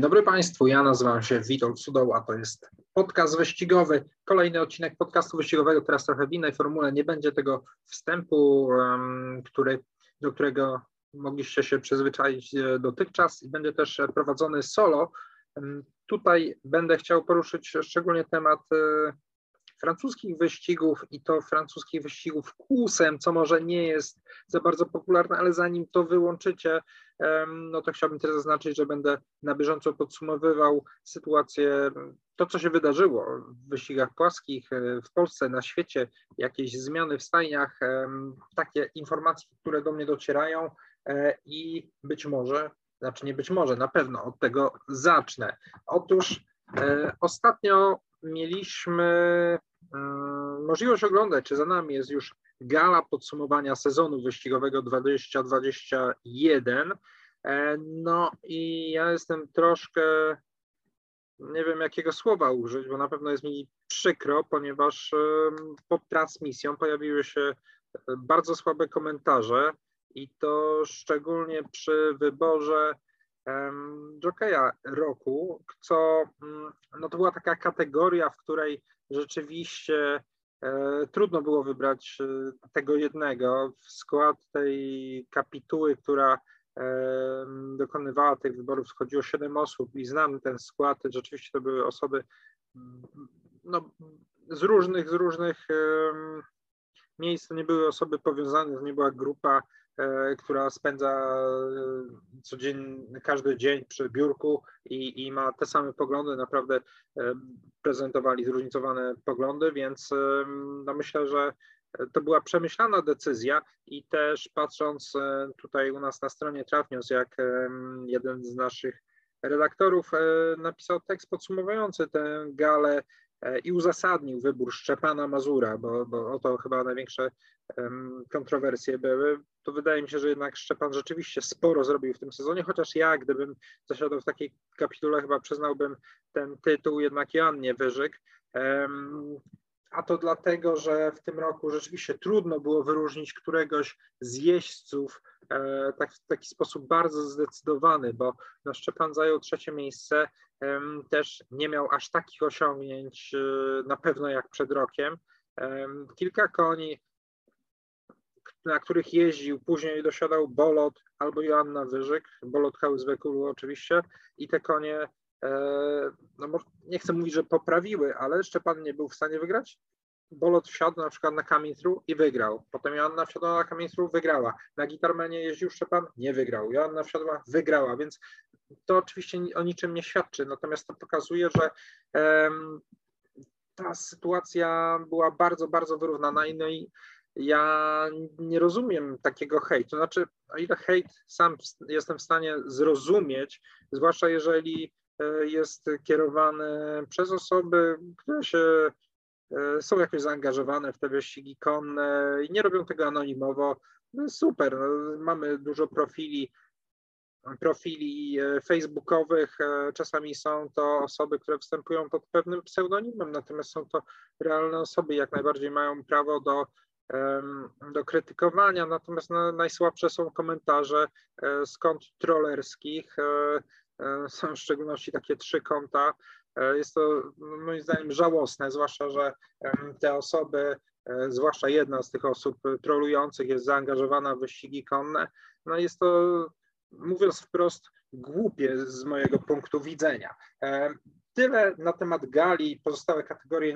dobry Państwu, ja nazywam się Witold Sudoł, a to jest podcast wyścigowy, kolejny odcinek podcastu wyścigowego, teraz trochę w innej formule, nie będzie tego wstępu, do którego mogliście się przyzwyczaić dotychczas i będzie też prowadzony solo. Tutaj będę chciał poruszyć szczególnie temat francuskich wyścigów i to francuskich wyścigów kłusem, co może nie jest za bardzo popularne, ale zanim to wyłączycie, no to chciałbym też zaznaczyć, że będę na bieżąco podsumowywał sytuację, to co się wydarzyło w wyścigach płaskich w Polsce, na świecie, jakieś zmiany w stajniach, takie informacje, które do mnie docierają i być może, nie być może, na pewno od tego zacznę. Otóż ostatnio mieliśmy możliwość oglądać, czy za nami jest już gala podsumowania sezonu wyścigowego 2021. No i ja jestem troszkę, nie wiem jakiego słowa użyć, bo na pewno jest mi przykro, ponieważ pod transmisją pojawiły się bardzo słabe komentarze i to szczególnie przy wyborze jokeja roku, no to była taka kategoria, w której rzeczywiście trudno było wybrać tego jednego. W skład tej kapituły, która dokonywała tych wyborów, wchodziło 7 osób i znam ten skład. Rzeczywiście to były osoby no, z różnych miejsc, to nie były osoby powiązane, to nie była grupa, która spędza każdy dzień przy biurku i ma te same poglądy, naprawdę prezentowali zróżnicowane poglądy, więc no myślę, że to była przemyślana decyzja i też patrząc tutaj u nas na stronie Trafnews, jak jeden z naszych redaktorów napisał tekst podsumowujący tę galę i uzasadnił wybór Szczepana Mazura, bo o to chyba największe kontrowersje były, to wydaje mi się, że jednak Szczepan rzeczywiście sporo zrobił w tym sezonie, chociaż ja, gdybym zasiadał w takiej kapitule, chyba przyznałbym ten tytuł jednak Joannie Wyżyk. A to dlatego, że w tym roku rzeczywiście trudno było wyróżnić któregoś z jeźdźców w taki sposób bardzo zdecydowany, bo no Szczepan zajął 3. miejsce, też nie miał aż takich osiągnięć na pewno jak przed rokiem. Kilka koni, na których jeździł, później dosiadał Bolot albo Joanna Wyżyk, Bolot Hauswekulu oczywiście i te konie, no nie chcę mówić, że poprawiły, ale Szczepan nie był w stanie wygrać. Bolot wsiadł na przykład na Coming Through i wygrał. Potem Joanna wsiadła na Coming Through, wygrała. Na Guitarmanie jeździł Szczepan, nie wygrał. Joanna wsiadła, wygrała, więc to oczywiście o niczym nie świadczy. Natomiast to pokazuje, że ta sytuacja była bardzo, bardzo wyrównana no i ja nie rozumiem takiego hejtu. To znaczy, o ile hejt sam jestem w stanie zrozumieć, zwłaszcza jeżeli jest kierowany przez osoby, które są jakoś zaangażowane w te wyścigi konne i nie robią tego anonimowo, no super, no, mamy dużo profili facebookowych, czasami są to osoby, które występują pod pewnym pseudonimem, natomiast są to realne osoby, jak najbardziej mają prawo do krytykowania, natomiast najsłabsze są komentarze z kont trollerskich, są w szczególności takie 3 konta. Jest to moim zdaniem żałosne, zwłaszcza, że te osoby, zwłaszcza jedna z tych osób trolujących jest zaangażowana w wyścigi konne. No jest to, mówiąc wprost, głupie z mojego punktu widzenia. Tyle na temat gali, pozostałe kategorie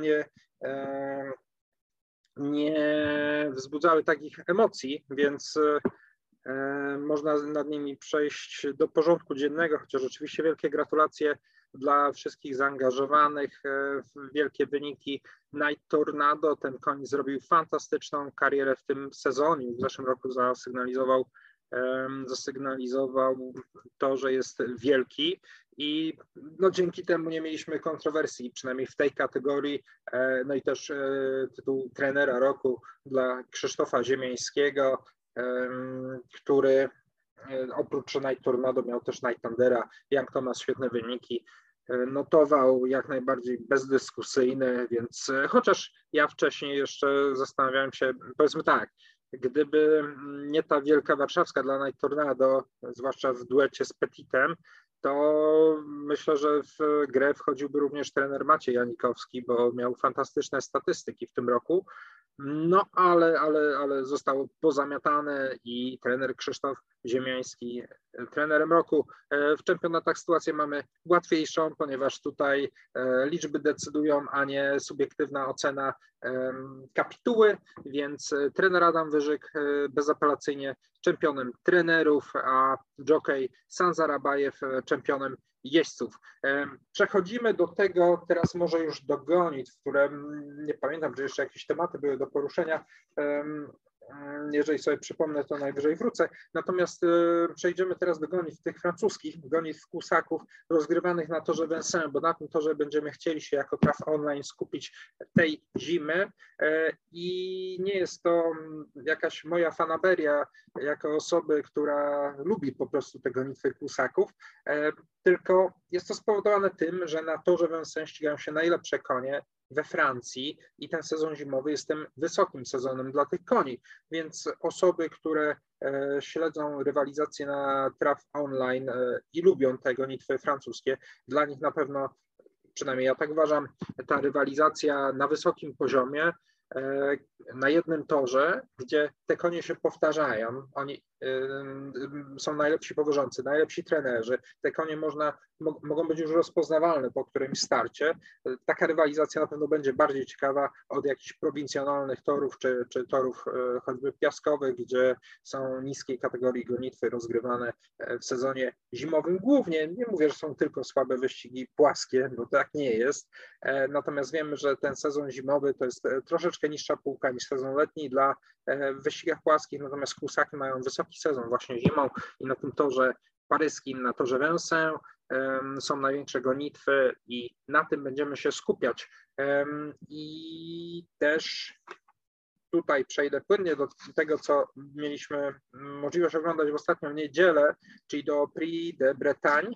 nie wzbudzały takich emocji, więc można nad nimi przejść do porządku dziennego, chociaż oczywiście wielkie gratulacje dla wszystkich zaangażowanych w wielkie wyniki. Night Tornado, ten koń zrobił fantastyczną karierę w tym sezonie. W zeszłym roku zasygnalizował to, że jest wielki i no, dzięki temu nie mieliśmy kontrowersji, przynajmniej w tej kategorii. No i też tytuł trenera roku dla Krzysztofa Ziemiańskiego, który oprócz Night Tornado miał też Night Thundera. Young Thomas świetne wyniki notował, jak najbardziej bezdyskusyjny, więc chociaż ja wcześniej jeszcze zastanawiałem się, powiedzmy tak, gdyby nie ta wielka warszawska dla Night Tornado, zwłaszcza w duecie z Petitem, to myślę, że w grę wchodziłby również trener Maciej Janikowski, bo miał fantastyczne statystyki w tym roku. No ale zostało pozamiatane i trener Krzysztof Ziemiański trenerem roku. W czempionatach sytuację mamy łatwiejszą, ponieważ tutaj liczby decydują, a nie subiektywna ocena kapituły, więc trener Adam Wyżyk bezapelacyjnie czempionem trenerów, a jockey Sanzar Abajew czempionem jeźdźców. Przechodzimy do tego, teraz może już do gonitw, które nie pamiętam, czy jeszcze jakieś tematy były do poruszenia. Jeżeli sobie przypomnę, to najwyżej wrócę. Natomiast przejdziemy teraz do gonitw tych francuskich, gonitw kłusaków rozgrywanych na torze Vincennes, bo na tym torze będziemy chcieli się jako Traf Online skupić tej zimy i nie jest to jakaś moja fanaberia jako osoby, która lubi po prostu te gonitwy kłusaków, tylko jest to spowodowane tym, że na torze Vincennes ścigają się najlepsze konie we Francji i ten sezon zimowy jest tym wysokim sezonem dla tych koni, więc osoby, które śledzą rywalizację na Traf Online i lubią te gonitwy francuskie, dla nich na pewno, przynajmniej ja tak uważam, ta rywalizacja na wysokim poziomie, na jednym torze, gdzie te konie się powtarzają, oni są najlepsi powożący, najlepsi trenerzy, te konie mogą być już rozpoznawalne po którymś starcie. Taka rywalizacja na pewno będzie bardziej ciekawa od jakichś prowincjonalnych torów, czy torów choćby piaskowych, gdzie są niskiej kategorii gonitwy rozgrywane w sezonie zimowym. Głównie, nie mówię, że są tylko słabe wyścigi płaskie, bo tak nie jest, natomiast wiemy, że ten sezon zimowy to jest troszeczkę niższa półka niż sezon letni dla wyścigach płaskich, natomiast kłusaki mają wysoki sezon właśnie zimą i na tym torze paryskim, na torze Vincennes są największe gonitwy i na tym będziemy się skupiać. I też tutaj przejdę płynnie do tego, co mieliśmy możliwość oglądać w ostatnią niedzielę, czyli do Prix de Bretagne,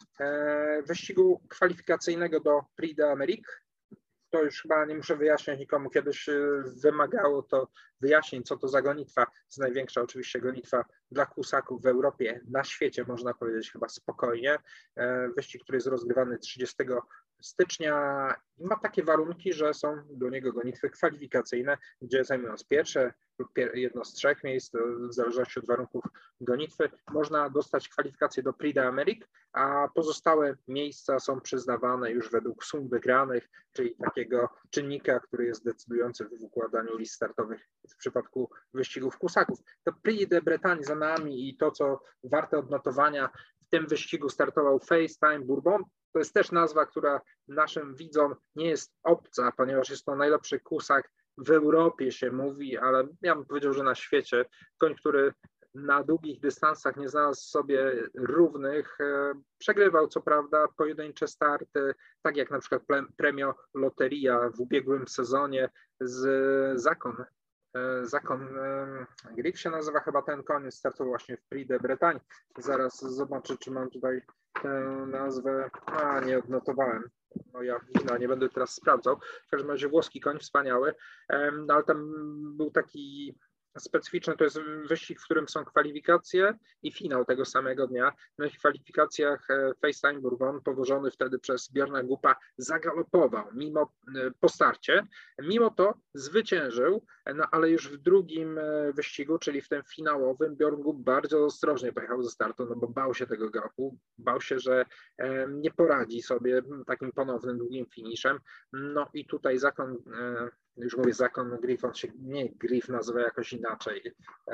wyścigu kwalifikacyjnego do Prix d'Amérique. To już chyba nie muszę wyjaśniać nikomu, kiedyś wymagało to wyjaśnień, co to za gonitwa. To jest największa oczywiście gonitwa dla kłusaków w Europie, na świecie można powiedzieć chyba spokojnie. Wyścig, który jest rozgrywany 30 stycznia i ma takie warunki, że są do niego gonitwy kwalifikacyjne, gdzie zajmując pierwsze lub jedno z 3 miejsc, w zależności od warunków gonitwy, można dostać kwalifikację do Prix d'Amérique, a pozostałe miejsca są przyznawane już według sum wygranych, czyli takiego czynnika, który jest decydujący w układaniu list startowych w przypadku wyścigów kłusaków. To Prix de Bretagne za nami i to, co warte odnotowania, w tym wyścigu startował FaceTime Bourbon. To jest też nazwa, która naszym widzom nie jest obca, ponieważ jest to najlepszy kłusak w Europie, się mówi, ale ja bym powiedział, że na świecie. Koń, który na długich dystansach nie znalazł sobie równych, przegrywał co prawda pojedyncze starty, tak jak na przykład Premio Loteria w ubiegłym sezonie z Zakon Griff się nazywa chyba ten koń, startował właśnie w Prix de Bretagne. Zaraz zobaczę, czy mam tutaj tę nazwę. Nie odnotowałem. No ja nie będę teraz sprawdzał. W każdym razie włoski koń, wspaniały, ale tam był taki specyficzny, to jest wyścig, w którym są kwalifikacje i finał tego samego dnia. No w kwalifikacjach FaceTime Bourbon, powożony wtedy przez Bjorna Gupa, zagalopował po starcie. Mimo to zwyciężył, no ale już w drugim wyścigu, czyli w tym finałowym, Bjorn Gup bardzo ostrożnie pojechał ze startu, no bo bał się tego galopu, bał się, że nie poradzi sobie takim ponownym długim finiszem. No i tutaj już mówię Zakon Griff, on się nie Griff nazywa jakoś inaczej.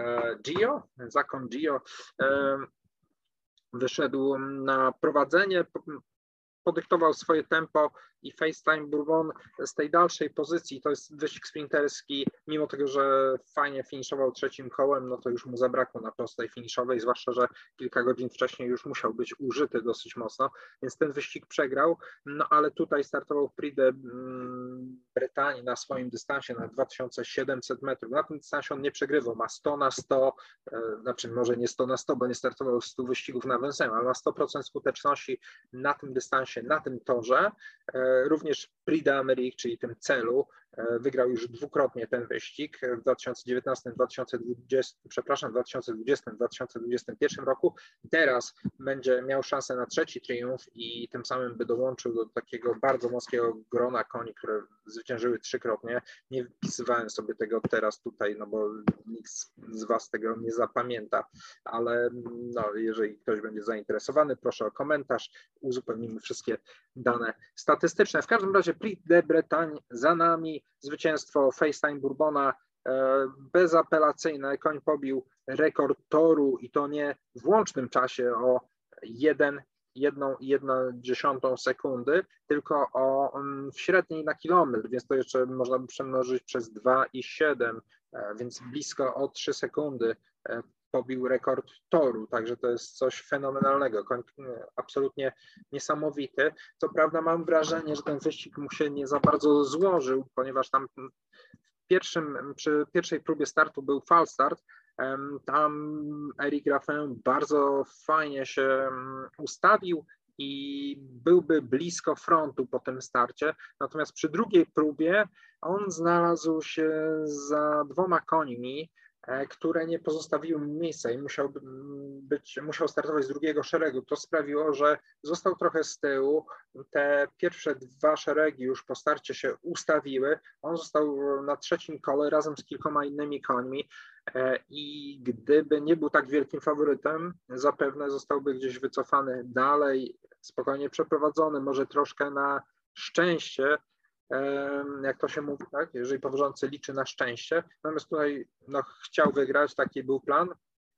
Zakon Gio wyszedł na prowadzenie, podyktował swoje tempo i FaceTime Bourbon z tej dalszej pozycji, to jest wyścig sprinterski, mimo tego, że fajnie finiszował 3. kołem, no to już mu zabrakło na prostej finiszowej, zwłaszcza, że kilka godzin wcześniej już musiał być użyty dosyć mocno, więc ten wyścig przegrał, no ale tutaj startował w Prix de Bretagne na swoim dystansie na 2700 metrów. Na tym dystansie on nie przegrywał, ma 100 na 100, znaczy może nie 100 na 100, bo nie startował 100 wyścigów na Vincennes, ale ma 100% skuteczności na tym dystansie, na tym torze. Również Prix d'Amérique, czyli tym celu, wygrał już dwukrotnie ten wyścig w 2019, 2020, przepraszam, 2020, 2021 roku. Teraz będzie miał szansę na trzeci triumf i tym samym by dołączył do takiego bardzo wąskiego grona koni, które zwyciężyły trzykrotnie. Nie wpisywałem sobie tego teraz tutaj, no bo nikt z Was tego nie zapamięta, ale no, jeżeli ktoś będzie zainteresowany, proszę o komentarz, uzupełnimy wszystkie dane statystyczne. W każdym razie Prix de Bretagne za nami, zwycięstwo FaceTime Bourbona bezapelacyjne, koń pobił rekord toru i to nie w łącznym czasie o 1,1 sekundy, tylko w średniej na kilometr, więc to jeszcze można by przemnożyć przez 2,7, więc blisko o 3 sekundy pobił rekord toru, także to jest coś fenomenalnego, koń absolutnie niesamowity. Co prawda mam wrażenie, że ten wyścig mu się nie za bardzo złożył, ponieważ tam przy pierwszej próbie startu był false start, tam Eric Raffin bardzo fajnie się ustawił i byłby blisko frontu po tym starcie, natomiast przy drugiej próbie on znalazł się za dwoma końmi, które nie pozostawiły mu miejsca i musiał startować z drugiego szeregu. To sprawiło, że został trochę z tyłu. Te pierwsze dwa szeregi już po starcie się ustawiły. On został na trzecim kole razem z kilkoma innymi końmi i gdyby nie był tak wielkim faworytem, zapewne zostałby gdzieś wycofany dalej, spokojnie przeprowadzony, może troszkę na szczęście, jak to się mówi, tak? Jeżeli powożący liczy na szczęście. Natomiast tutaj no, chciał wygrać, taki był plan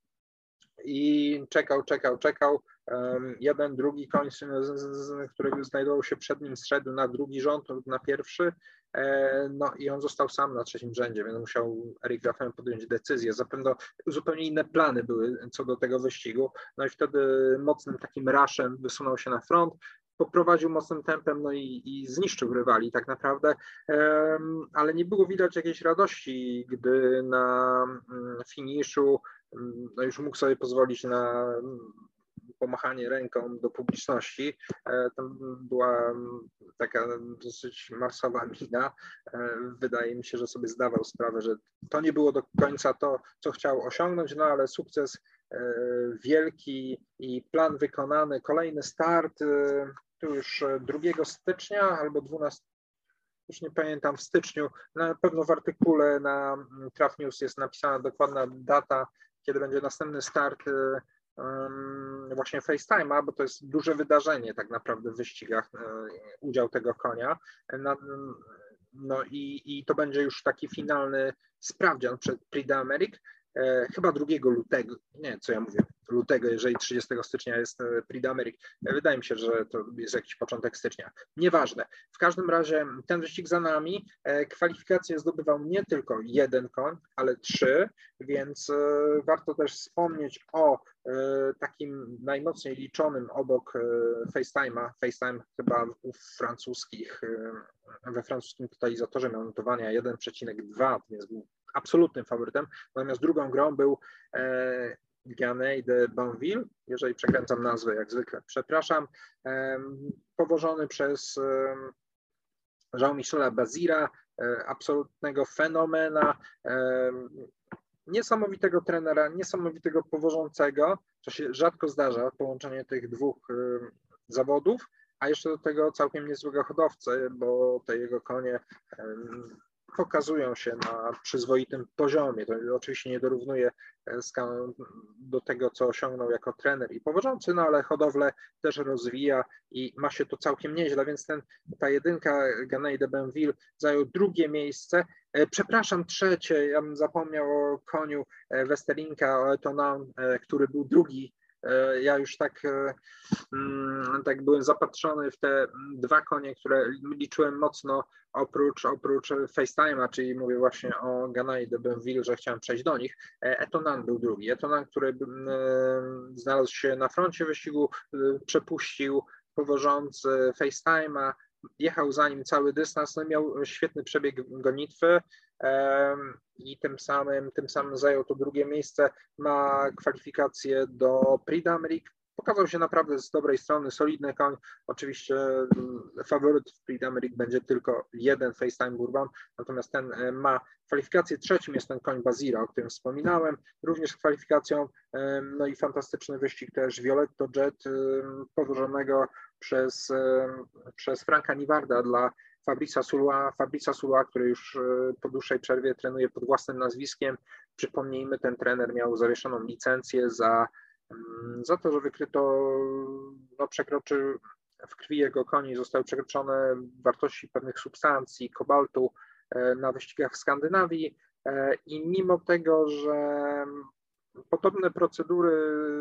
i czekał. Jeden, drugi koń, który znajdował się przed nim, zszedł na drugi rząd, na pierwszy, no i on został sam na trzecim rzędzie, więc musiał Eric Raffin podjąć decyzję. Zapewne zupełnie inne plany były co do tego wyścigu, no i wtedy mocnym takim rush'em wysunął się na front, poprowadził mocnym tempem, no i zniszczył rywali tak naprawdę, ale nie było widać jakiejś radości, gdy na finiszu no już mógł sobie pozwolić na pomachanie ręką do publiczności. Tam była taka dosyć masowa mina. Wydaje mi się, że sobie zdawał sprawę, że to nie było do końca to, co chciał osiągnąć, no ale sukces wielki i plan wykonany. Kolejny start, tu już 2 stycznia albo 12, już nie pamiętam, w styczniu. Na pewno w artykule na Traf News jest napisana dokładna data, kiedy będzie następny start właśnie FaceTime'a, bo to jest duże wydarzenie tak naprawdę w wyścigach, udział tego konia. No i to będzie już taki finalny sprawdzian przed Prix d'Amérique, chyba 2 lutego, nie, co ja mówię, lutego, jeżeli 30 stycznia jest Prix d'Amérique. Wydaje mi się, że to jest jakiś początek stycznia. Nieważne. W każdym razie ten wyścig za nami. Kwalifikacje zdobywał nie tylko jeden koń, ale 3, więc warto też wspomnieć o takim najmocniej liczonym obok FaceTime'a. FaceTime chyba we francuskim totalizatorze miał notowania 1,2, więc był absolutnym faworytem. Natomiast drugą grą był Ganay de Banville, jeżeli przekręcam nazwę, jak zwykle, przepraszam, powożony przez Jean-Michela Bazira, absolutnego fenomena, niesamowitego trenera, niesamowitego powożącego, co się rzadko zdarza, połączenie tych dwóch zawodów, a jeszcze do tego całkiem niezłego hodowcę, bo te jego konie pokazują się na przyzwoitym poziomie. To oczywiście nie dorównuje do tego, co osiągnął jako trener i powożący, no ale hodowlę też rozwija i ma się to całkiem nieźle, więc ta jedynka Ganay de Banville zajął 2 miejsce. Przepraszam, 3, ja bym zapomniał o koniu Westerinka, o Etonan, który był 2. Ja już tak byłem zapatrzony w te 2 konie, które liczyłem mocno oprócz FaceTime'a, czyli mówię właśnie o Ganay de Banville, że chciałem przejść do nich. Etonan był 2. Etonan, który znalazł się na froncie wyścigu, przepuścił powożący FaceTime'a, jechał za nim cały dystans, no miał świetny przebieg gonitwy i tym samym zajął to 2 miejsce, ma kwalifikację do Prix d'Amérique, pokazał się naprawdę z dobrej strony, solidny koń. Oczywiście faworyt w Prix d'Amérique będzie tylko jeden, FaceTime Bourbon, natomiast ten ma kwalifikację. Trzecim jest ten koń Bazira, o którym wspominałem, również z kwalifikacją. No i fantastyczny wyścig też Violetto Jet, podłożonego przez Franka Nivarda dla Fabrice'a Sulua, który już po dłuższej przerwie trenuje pod własnym nazwiskiem. Przypomnijmy, ten trener miał zawieszoną licencję za to, że wykryto, w krwi jego koni zostały przekroczone wartości pewnych substancji, kobaltu na wyścigach w Skandynawii i mimo tego, że podobne procedury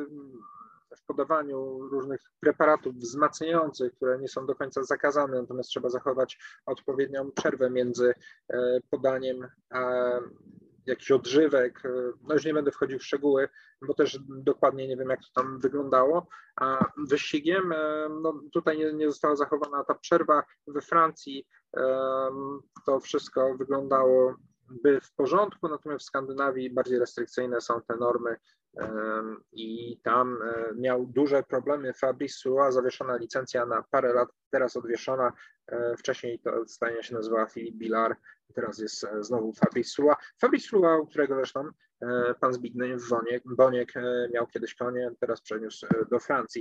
w podawaniu różnych preparatów wzmacniających, które nie są do końca zakazane, natomiast trzeba zachować odpowiednią przerwę między podaniem jakichś odżywek, no już nie będę wchodził w szczegóły, bo też dokładnie nie wiem, jak to tam wyglądało, a wyścigiem no tutaj nie została zachowana ta przerwa. We Francji to wszystko wyglądało w porządku, natomiast w Skandynawii bardziej restrykcyjne są te normy i tam miał duże problemy Fabrice Sulua, zawieszona licencja na parę lat, teraz odwieszona, wcześniej to stajnia się nazywała Philippe Billard, teraz jest znowu Fabrice Sulua. Fabrice Sulua, u którego zresztą pan Zbigniew Boniek miał kiedyś konie, teraz przeniósł do Francji.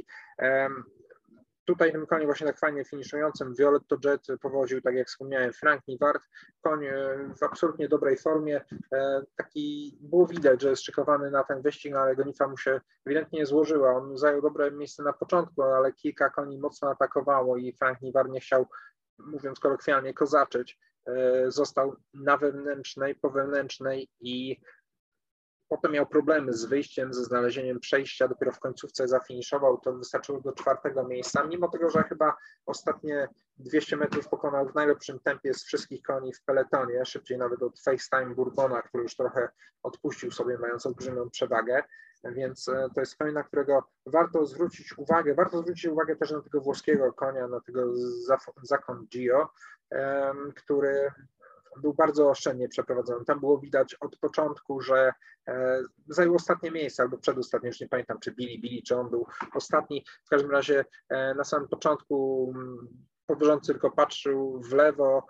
Tutaj tym koniem właśnie tak fajnie finiszującym Violetto Jet powoził, tak jak wspomniałem, Frank Nivard. Koń w absolutnie dobrej formie. Taki było widać, że jest szykowany na ten wyścig, ale gonitwa mu się ewidentnie nie złożyła. On zajął dobre miejsce na początku, ale kilka koni mocno atakowało i Frank Nivard nie chciał, mówiąc kolokwialnie, kozaczyć. Został na wewnętrznej, po wewnętrznej i potem miał problemy z wyjściem, ze znalezieniem przejścia, dopiero w końcówce zafiniszował, to wystarczyło do 4. miejsca, mimo tego, że chyba ostatnie 200 metrów pokonał w najlepszym tempie z wszystkich koni w peletonie, szybciej nawet od FaceTime Bourbona, który już trochę odpuścił sobie, mając olbrzymią przewagę, więc to jest koń, na którego warto zwrócić uwagę. Warto zwrócić uwagę też na tego włoskiego konia, na tego Zakon Gio, który był bardzo oszczędnie przeprowadzony. Tam było widać od początku, że zajął ostatnie miejsce, albo przedostatnie, już nie pamiętam, czy Billy, czy on był ostatni. W każdym razie na samym początku podróżujący tylko patrzył w lewo,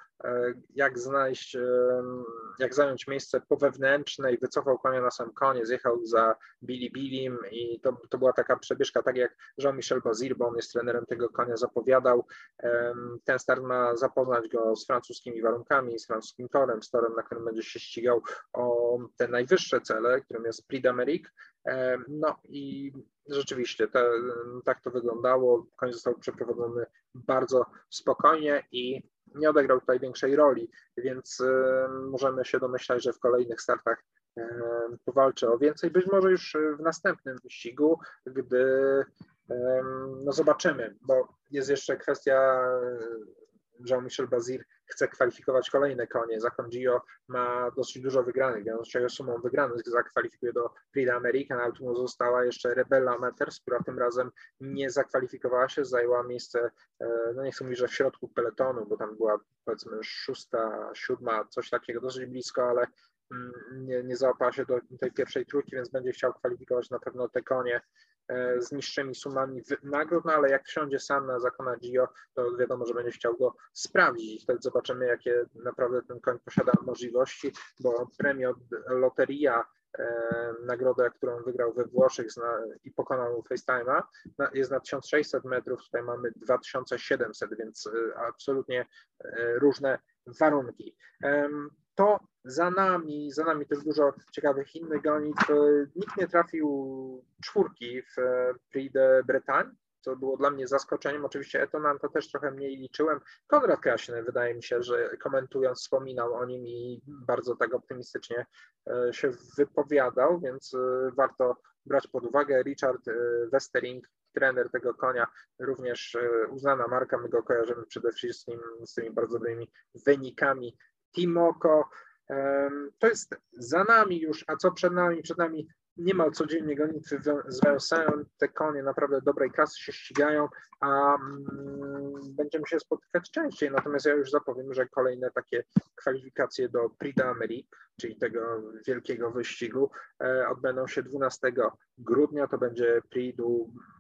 jak zająć miejsce po wewnętrznej, wycofał konia na sam koniec, jechał za Billim i to była taka przebieżka, tak jak Jean-Michel Bazir, bo on jest trenerem tego konia, zapowiadał. Ten start ma zapoznać go z francuskimi warunkami, z francuskim torem, na którym będzie się ścigał o te najwyższe cele, którym jest Prix d'Amérique. No i rzeczywiście tak to wyglądało. Koń został przeprowadzony bardzo spokojnie i nie odegrał tutaj większej roli, więc możemy się domyślać, że w kolejnych startach powalczy o więcej, być może już w następnym wyścigu, gdy no zobaczymy, bo jest jeszcze kwestia, Jean-Michel Bazir chce kwalifikować kolejne konie. Zakon Gio ma dosyć dużo wygranych, wiążąc się sumą wygranych, zakwalifikuje do Prix d'Amérique, ale tu mu została jeszcze Rebella Matters, która tym razem nie zakwalifikowała się, zajęła miejsce, no nie chcę mówić, że w środku peletonu, bo tam była powiedzmy 6., 7., coś takiego, dosyć blisko, ale nie załapała się do tej pierwszej trójki, więc będzie chciał kwalifikować na pewno te konie z niższymi sumami nagród, no ale jak wsiądzie sam na Zakona Gio, to wiadomo, że będzie chciał go sprawdzić i wtedy zobaczymy, jakie naprawdę ten koń posiada możliwości, bo premio Loteria, nagrodę, którą wygrał we Włoszech i pokonał FaceTime'a, jest na 1600 metrów, tutaj mamy 2700, więc absolutnie różne warunki. To za nami też dużo ciekawych innych gonitw. Nikt nie trafił 4 w Prix de Bretagne, co było dla mnie zaskoczeniem. Oczywiście Etonanta też trochę mniej liczyłem. Konrad Kraśny, wydaje mi się, że komentując wspominał o nim i bardzo tak optymistycznie się wypowiadał, więc warto brać pod uwagę. Richard Westering, trener tego konia, również uznana marka, my go kojarzymy przede wszystkim z tymi bardzo dobrymi wynikami Timoko. To jest za nami już, a co przed nami? Przed nami niemal codziennie gonitwy z Vincennes. Te konie naprawdę dobrej klasy się ścigają, a będziemy się spotykać częściej. Natomiast ja już zapowiem, że kolejne takie kwalifikacje do Prix d'Amérique, czyli tego wielkiego wyścigu, odbędą się 12 grudnia. To będzie Prix du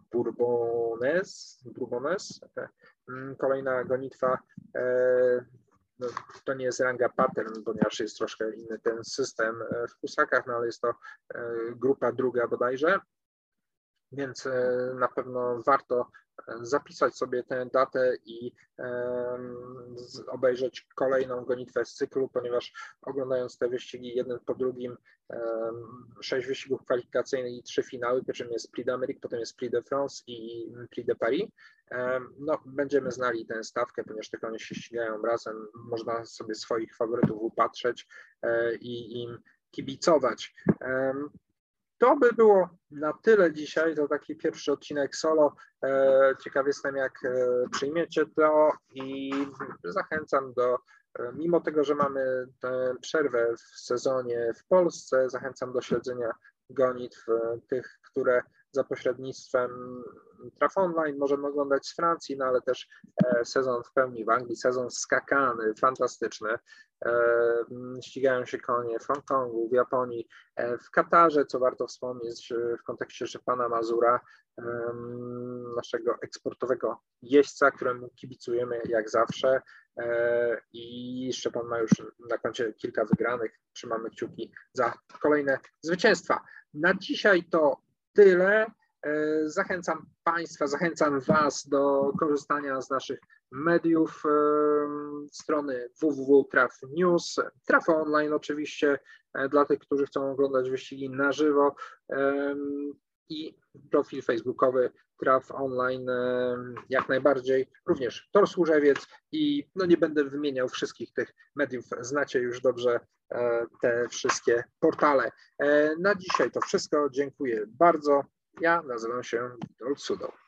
Bourbones. Kolejna gonitwa, no, to nie jest ranga pattern, ponieważ jest troszkę inny ten system w Kusakach, no ale jest to grupa druga bodajże, więc na pewno warto zapisać sobie tę datę i obejrzeć kolejną gonitwę z cyklu, ponieważ oglądając te wyścigi jeden po drugim, 6 wyścigów kwalifikacyjnych i 3 finały, po czym jest Prix d'Amérique, potem jest Prix de France i Prix de Paris. No, będziemy znali tę stawkę, ponieważ te konie się ścigają razem, można sobie swoich faworytów upatrzeć i im kibicować. To by było na tyle dzisiaj, to taki pierwszy odcinek solo. Ciekaw jestem, jak przyjmiecie to i zachęcam do, mimo tego, że mamy tę przerwę w sezonie w Polsce, zachęcam do śledzenia gonitw tych, które za pośrednictwem Traf Online możemy oglądać z Francji, no ale też sezon w pełni w Anglii, sezon skakany, fantastyczny. Ścigają się konie w Hongkongu, w Japonii, w Katarze, co warto wspomnieć w kontekście Szczepana Mazura, naszego eksportowego jeźdźca, któremu kibicujemy jak zawsze i Szczepan ma już na koncie kilka wygranych, trzymamy kciuki za kolejne zwycięstwa. Na dzisiaj to tyle. Zachęcam Państwa, zachęcam Was do korzystania z naszych mediów, strony www.traf.news, Traf Online oczywiście dla tych, którzy chcą oglądać wyścigi na żywo i profil facebookowy Traf Online jak najbardziej, również Tor Służewiec i no nie będę wymieniał wszystkich tych mediów, znacie już dobrze te wszystkie portale. Na dzisiaj to wszystko, dziękuję bardzo. Ja nazywam się Witold Sudoł.